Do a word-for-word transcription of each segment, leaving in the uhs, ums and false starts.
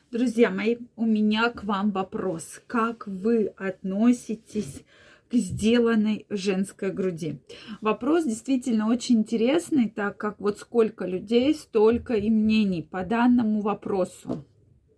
Друзья мои, у меня к вам вопрос. Как вы относитесь к сделанной женской груди? Вопрос действительно очень интересный, так как вот сколько людей, столько и мнений по данному вопросу.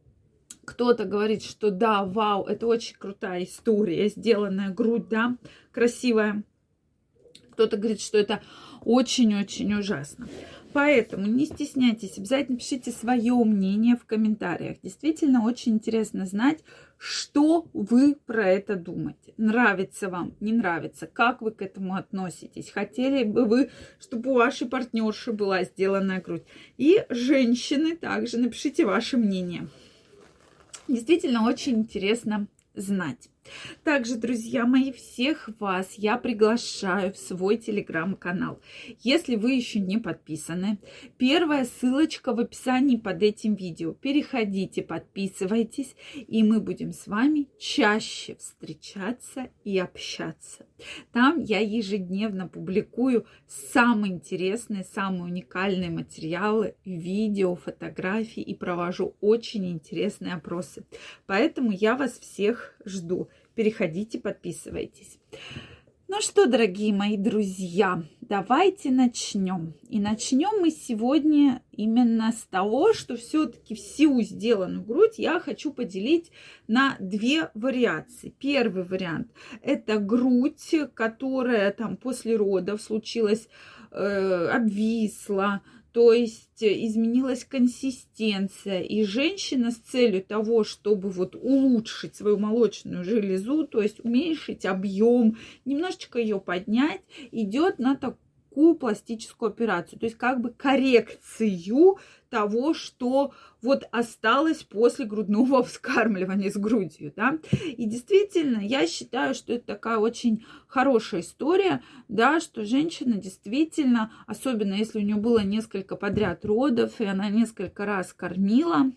Кто-то говорит, что да, вау, это очень крутая история, сделанная грудь, да, красивая. Кто-то говорит, что это очень-очень ужасно. Поэтому не стесняйтесь, обязательно пишите свое мнение в комментариях. Действительно очень интересно знать, что вы про это думаете. Нравится вам, не нравится, как вы к этому относитесь. Хотели бы вы, чтобы у вашей партнерши была сделанная грудь. И женщины также напишите ваше мнение. Действительно очень интересно знать. Также, друзья мои, всех вас я приглашаю в свой телеграм-канал. Если вы еще не подписаны, первая ссылочка в описании под этим видео. Переходите, подписывайтесь, и мы будем с вами чаще встречаться и общаться. Там я ежедневно публикую самые интересные, самые уникальные материалы, видео, фотографии и провожу очень интересные опросы. Поэтому я вас всех жду. Переходите, подписывайтесь. Ну что, дорогие мои друзья, давайте начнем. И начнем мы сегодня именно с того, что все-таки всю сделанную грудь я хочу поделить на две вариации. Первый вариант – это грудь, которая там после родов случилась, э, обвисла, то есть изменилась консистенция, и женщина с целью того, чтобы вот улучшить свою молочную железу, то есть уменьшить объем, немножечко ее поднять, идет на такую пластическую операцию, то есть как бы коррекцию того, что вот осталось после грудного вскармливания с грудью, да. И действительно, я считаю, что это такая очень хорошая история, да, что женщина действительно, особенно если у нее было несколько подряд родов, и она несколько раз кормила,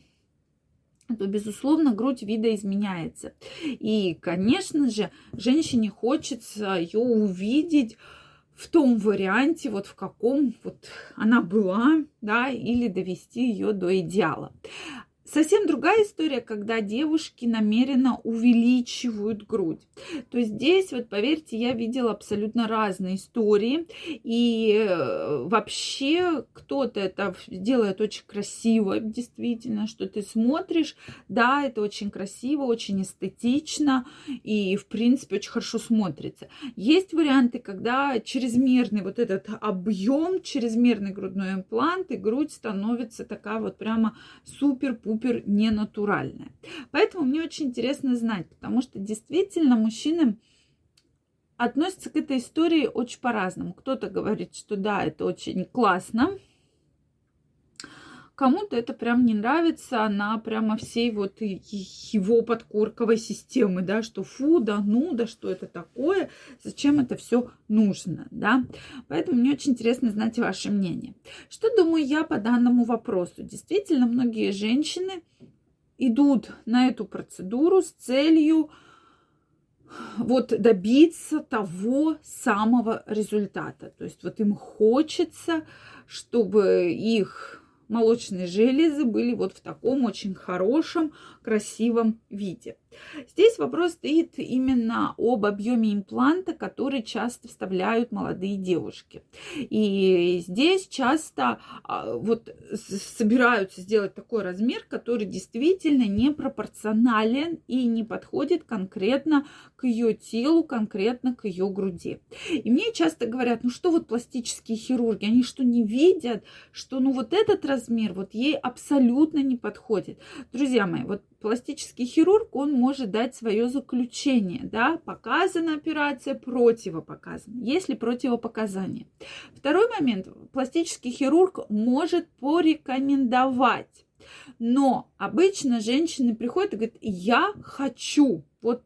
то, безусловно, грудь видоизменяется. И, конечно же, женщине хочется ее увидеть в том варианте, вот в каком вот она была, да, или довести ее до идеала. Совсем другая история, когда девушки намеренно увеличивают грудь. То есть здесь, вот поверьте, я видела абсолютно разные истории. И вообще кто-то это делает очень красиво, действительно, что ты смотришь, да, это очень красиво, очень эстетично и, в принципе, очень хорошо смотрится. Есть варианты, когда чрезмерный вот этот объем, чрезмерный грудной имплант, и грудь становится такая вот прямо супер-пупер ненатуральная. Поэтому мне очень интересно знать, потому что действительно мужчины относятся к этой истории очень по-разному. Кто-то говорит, что да, это очень классно. Кому-то это прям не нравится, она прямо всей вот его подкорковой системы, да, что фу, да ну, да что это такое, зачем это все нужно, да. Поэтому мне очень интересно знать ваше мнение. Что думаю я по данному вопросу? Действительно, многие женщины идут на эту процедуру с целью вот добиться того самого результата. То есть вот им хочется, чтобы их молочные железы были вот в таком очень хорошем, красивом виде. Здесь вопрос стоит именно об объеме импланта, который часто вставляют молодые девушки. И здесь часто вот собираются сделать такой размер, который действительно не пропорционален и не подходит конкретно к ее телу, конкретно к ее груди. И мне часто говорят, ну что вот пластические хирурги, они что не видят, что ну вот этот размер вот ей абсолютно не подходит. Друзья мои, вот пластический хирург, он может дать свое заключение, да, показана операция, противопоказана, есть ли противопоказания. Второй момент, пластический хирург может порекомендовать, но обычно женщины приходят и говорят, я хочу вот так.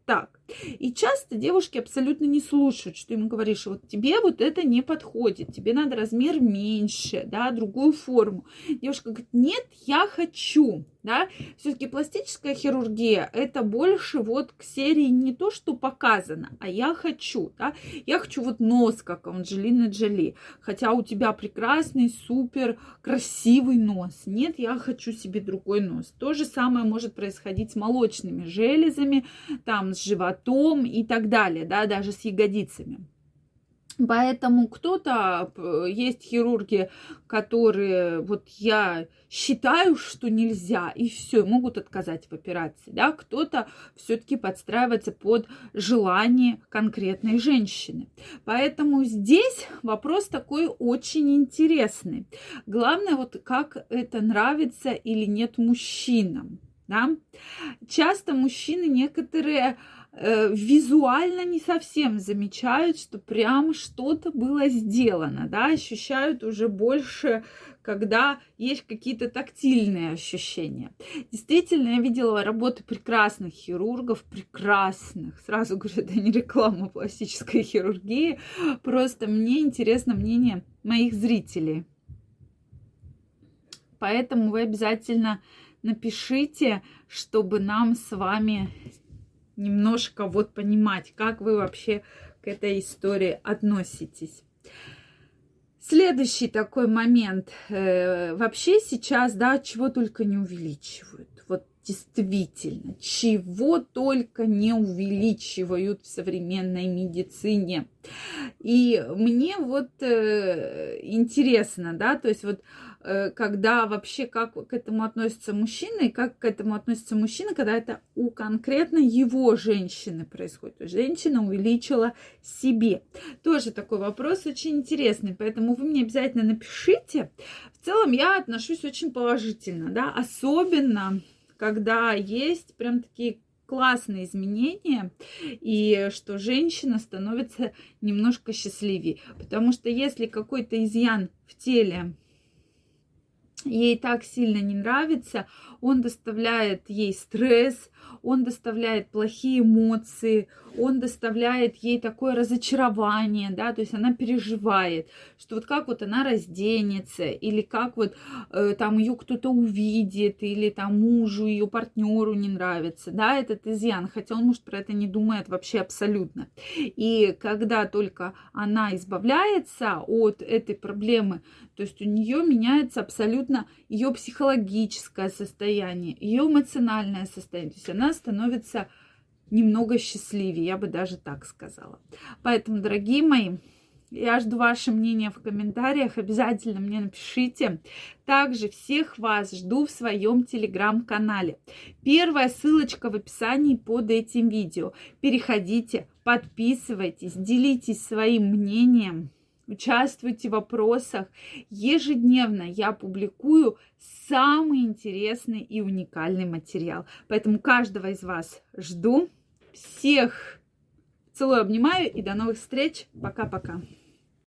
И часто девушки абсолютно не слушают, что им говоришь, вот тебе вот это не подходит, тебе надо размер меньше, да, другую форму. Девушка говорит, нет, я хочу, да. Все-таки пластическая хирургия это больше вот к серии не то, что показано, а я хочу, да. Я хочу вот нос, как у Анджелины Джоли, хотя у тебя прекрасный, супер красивый нос. Нет, я хочу себе другой нос. То же самое может происходить с молочными железами, там, с животом и так далее, да, даже с ягодицами. Поэтому кто-то, есть хирурги, которые, вот я считаю, что нельзя, и все, могут отказать в операции, да, кто-то все-таки подстраивается под желание конкретной женщины. Поэтому здесь вопрос такой очень интересный. Главное, вот как это нравится или нет мужчинам, да. Часто мужчины некоторые визуально не совсем замечают, что прям что-то было сделано, да, ощущают уже больше, когда есть какие-то тактильные ощущения. Действительно, я видела работы прекрасных хирургов, прекрасных, сразу говорю, это не реклама пластической хирургии, просто мне интересно мнение моих зрителей. Поэтому вы обязательно напишите, чтобы нам с вами немножко вот понимать, как вы вообще к этой истории относитесь. Следующий такой момент. Вообще сейчас, да, чего только не увеличивают. Вот действительно, чего только не увеличивают в современной медицине. И мне вот интересно, да, то есть вот когда вообще, как к этому относится мужчина, и как к этому относится мужчина, когда это у конкретно его женщины происходит. То есть женщина увеличила себе. Тоже такой вопрос очень интересный, поэтому вы мне обязательно напишите. В целом я отношусь очень положительно, да, особенно когда есть прям такие классные изменения, и что женщина становится немножко счастливее. Потому что если какой-то изъян в теле ей так сильно не нравится, он доставляет ей стресс, он доставляет плохие эмоции, он доставляет ей такое разочарование, да, то есть она переживает, что вот как вот она разденется, или как вот э, там ее кто-то увидит, или там мужу, ее партнеру не нравится, да, этот изъян, хотя он, может, про это не думает вообще абсолютно. И когда только она избавляется от этой проблемы, то есть у нее меняется абсолютно ее психологическое состояние, ее эмоциональное состояние, то есть она становится немного счастливее, я бы даже так сказала. Поэтому, дорогие мои, я жду ваше мнение в комментариях, обязательно мне напишите. Также всех вас жду в своем телеграм-канале. Первая ссылочка в описании под этим видео. Переходите, подписывайтесь, делитесь своим мнением. Участвуйте в вопросах. Ежедневно я публикую самый интересный и уникальный материал. Поэтому каждого из вас жду. Всех целую, обнимаю и до новых встреч. Пока-пока.